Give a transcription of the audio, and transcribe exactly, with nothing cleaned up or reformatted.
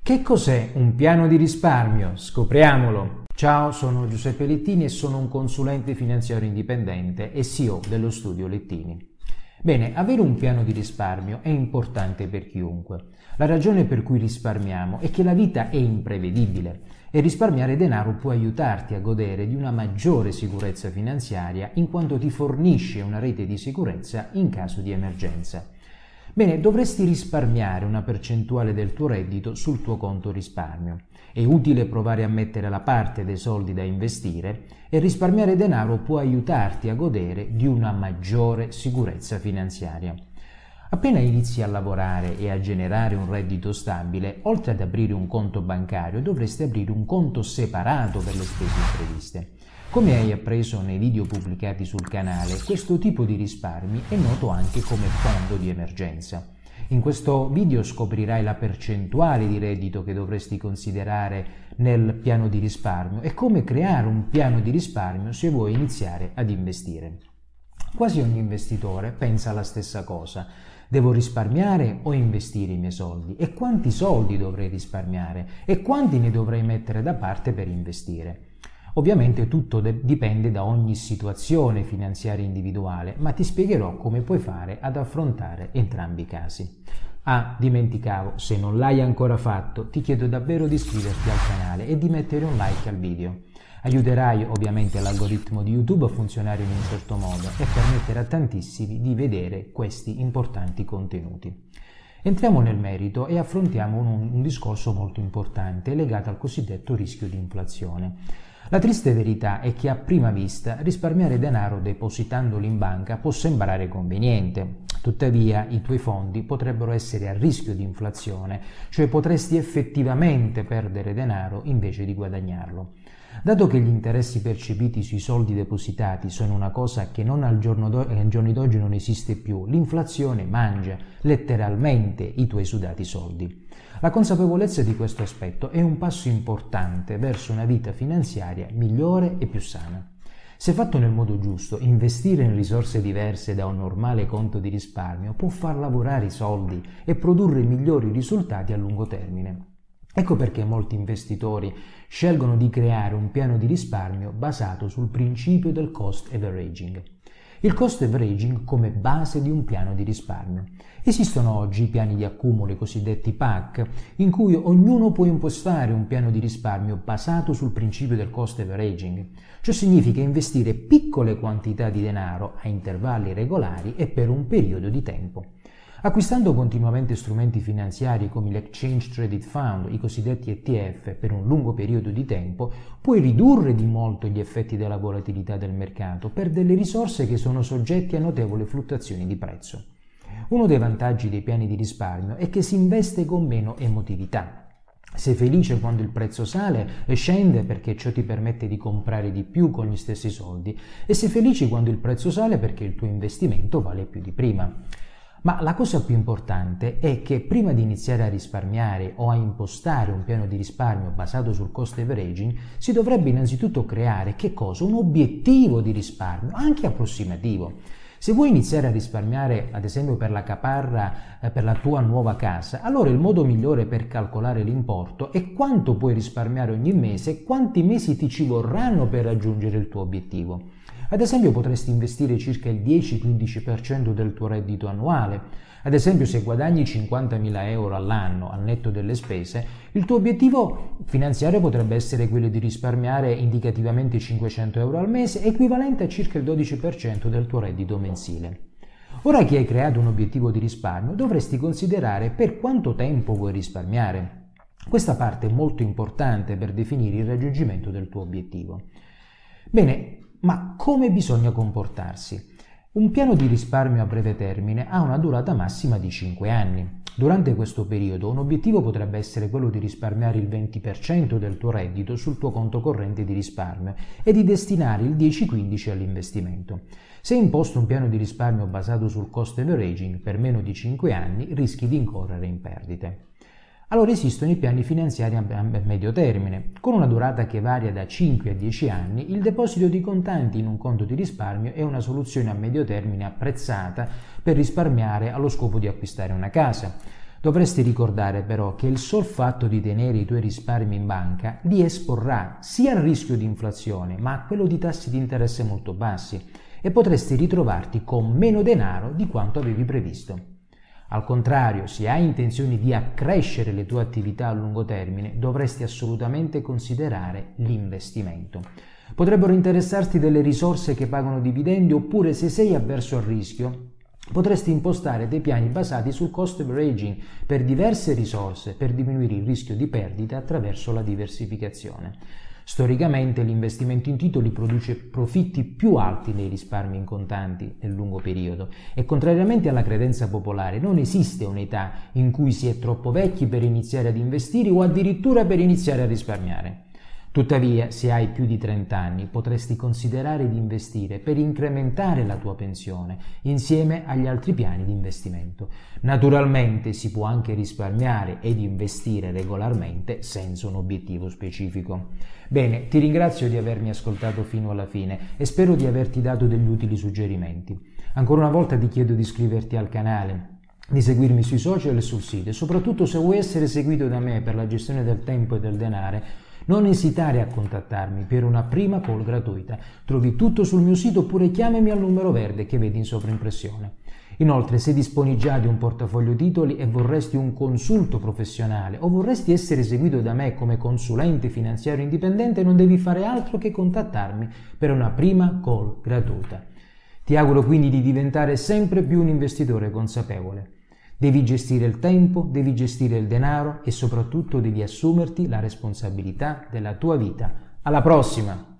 Che cos'è un piano di risparmio? Scopriamolo! Ciao, sono Giuseppe Lettini e sono un consulente finanziario indipendente e C E O dello studio Lettini. Bene, avere un piano di risparmio è importante per chiunque. La ragione per cui risparmiamo è che la vita è imprevedibile e risparmiare denaro può aiutarti a godere di una maggiore sicurezza finanziaria in quanto ti fornisce una rete di sicurezza in caso di emergenza. Bene, dovresti risparmiare una percentuale del tuo reddito sul tuo conto risparmio. È utile provare a mettere da parte dei soldi da investire e risparmiare denaro può aiutarti a godere di una maggiore sicurezza finanziaria. Appena inizi a lavorare e a generare un reddito stabile, oltre ad aprire un conto bancario, dovresti aprire un conto separato per le spese impreviste. Come hai appreso nei video pubblicati sul canale, questo tipo di risparmi è noto anche come fondo di emergenza. In questo video scoprirai la percentuale di reddito che dovresti considerare nel piano di risparmio e come creare un piano di risparmio se vuoi iniziare ad investire. Quasi ogni investitore pensa alla stessa cosa. Devo risparmiare o investire i miei soldi? E quanti soldi dovrei risparmiare? E quanti ne dovrei mettere da parte per investire? Ovviamente tutto dipende da ogni situazione finanziaria individuale, ma ti spiegherò come puoi fare ad affrontare entrambi i casi. Ah, dimenticavo, se non l'hai ancora fatto, ti chiedo davvero di iscriverti al canale e di mettere un like al video. Aiuterai ovviamente l'algoritmo di YouTube a funzionare in un certo modo e permettere a tantissimi di vedere questi importanti contenuti. Entriamo nel merito e affrontiamo un, un discorso molto importante legato al cosiddetto rischio di inflazione. La triste verità è che a prima vista risparmiare denaro depositandolo in banca può sembrare conveniente, tuttavia i tuoi fondi potrebbero essere a rischio di inflazione, cioè potresti effettivamente perdere denaro invece di guadagnarlo. Dato che gli interessi percepiti sui soldi depositati sono una cosa che non al giorno do- ai giorni d'oggi non esiste più, l'inflazione mangia letteralmente i tuoi sudati soldi. La consapevolezza di questo aspetto è un passo importante verso una vita finanziaria migliore e più sana. Se fatto nel modo giusto, investire in risorse diverse da un normale conto di risparmio può far lavorare i soldi e produrre migliori risultati a lungo termine. Ecco perché molti investitori scelgono di creare un piano di risparmio basato sul principio del cost averaging. Il cost averaging come base di un piano di risparmio. Esistono oggi piani di accumulo, i cosiddetti P A C, in cui ognuno può impostare un piano di risparmio basato sul principio del cost averaging. Ciò significa investire piccole quantità di denaro a intervalli regolari e per un periodo di tempo. Acquistando continuamente strumenti finanziari come l'Exchange Traded Fund, i cosiddetti E T F, per un lungo periodo di tempo, puoi ridurre di molto gli effetti della volatilità del mercato per delle risorse che sono soggetti a notevoli fluttuazioni di prezzo. Uno dei vantaggi dei piani di risparmio è che si investe con meno emotività. Sei felice quando il prezzo sale e scende perché ciò ti permette di comprare di più con gli stessi soldi e sei felice quando il prezzo sale perché il tuo investimento vale più di prima. Ma la cosa più importante è che prima di iniziare a risparmiare o a impostare un piano di risparmio basato sul cost averaging, si dovrebbe innanzitutto creare che cosa? Un obiettivo di risparmio, anche approssimativo. Se vuoi iniziare a risparmiare, ad esempio per la caparra eh, per la tua nuova casa, allora il modo migliore per calcolare l'importo è quanto puoi risparmiare ogni mese e quanti mesi ti ci vorranno per raggiungere il tuo obiettivo. Ad esempio potresti investire circa il dieci quindici per cento del tuo reddito annuale. Ad esempio se guadagni cinquantamila euro all'anno al netto delle spese, il tuo obiettivo finanziario potrebbe essere quello di risparmiare indicativamente cinquecento euro al mese, equivalente a circa il dodici per cento del tuo reddito mensile. Ora che hai creato un obiettivo di risparmio, dovresti considerare per quanto tempo vuoi risparmiare. Questa parte è molto importante per definire il raggiungimento del tuo obiettivo. Bene, ma come bisogna comportarsi? Un piano di risparmio a breve termine ha una durata massima di cinque anni. Durante questo periodo un obiettivo potrebbe essere quello di risparmiare il venti per cento del tuo reddito sul tuo conto corrente di risparmio e di destinare il dieci quindici all'investimento. Se imposto un piano di risparmio basato sul cost averaging per meno di cinque anni, rischi di incorrere in perdite. Allora esistono i piani finanziari a medio termine. Con una durata che varia da cinque a dieci anni, il deposito di contanti in un conto di risparmio è una soluzione a medio termine apprezzata per risparmiare allo scopo di acquistare una casa. Dovresti ricordare però che il sol fatto di tenere i tuoi risparmi in banca li esporrà sia al rischio di inflazione, ma a quello di tassi di interesse molto bassi, e potresti ritrovarti con meno denaro di quanto avevi previsto. Al contrario, se hai intenzione di accrescere le tue attività a lungo termine, dovresti assolutamente considerare l'investimento. Potrebbero interessarti delle risorse che pagano dividendi, oppure, se sei avverso al rischio, potresti impostare dei piani basati sul cost averaging per diverse risorse per diminuire il rischio di perdita attraverso la diversificazione. Storicamente l'investimento in titoli produce profitti più alti dei risparmi in contanti nel lungo periodo e, contrariamente alla credenza popolare, non esiste un'età in cui si è troppo vecchi per iniziare ad investire o addirittura per iniziare a risparmiare. Tuttavia, se hai più di trenta anni, potresti considerare di investire per incrementare la tua pensione insieme agli altri piani di investimento. Naturalmente si può anche risparmiare ed investire regolarmente senza un obiettivo specifico. Bene, ti ringrazio di avermi ascoltato fino alla fine e spero di averti dato degli utili suggerimenti. Ancora una volta ti chiedo di iscriverti al canale, di seguirmi sui social e sul sito, e soprattutto, se vuoi essere seguito da me per la gestione del tempo e del denaro, non esitare a contattarmi per una prima call gratuita. Trovi tutto sul mio sito, oppure chiamami al numero verde che vedi in sovraimpressione. Inoltre, se disponi già di un portafoglio titoli e vorresti un consulto professionale o vorresti essere seguito da me come consulente finanziario indipendente, non devi fare altro che contattarmi per una prima call gratuita. Ti auguro quindi di diventare sempre più un investitore consapevole. Devi gestire il tempo, devi gestire il denaro e soprattutto devi assumerti la responsabilità della tua vita. Alla prossima!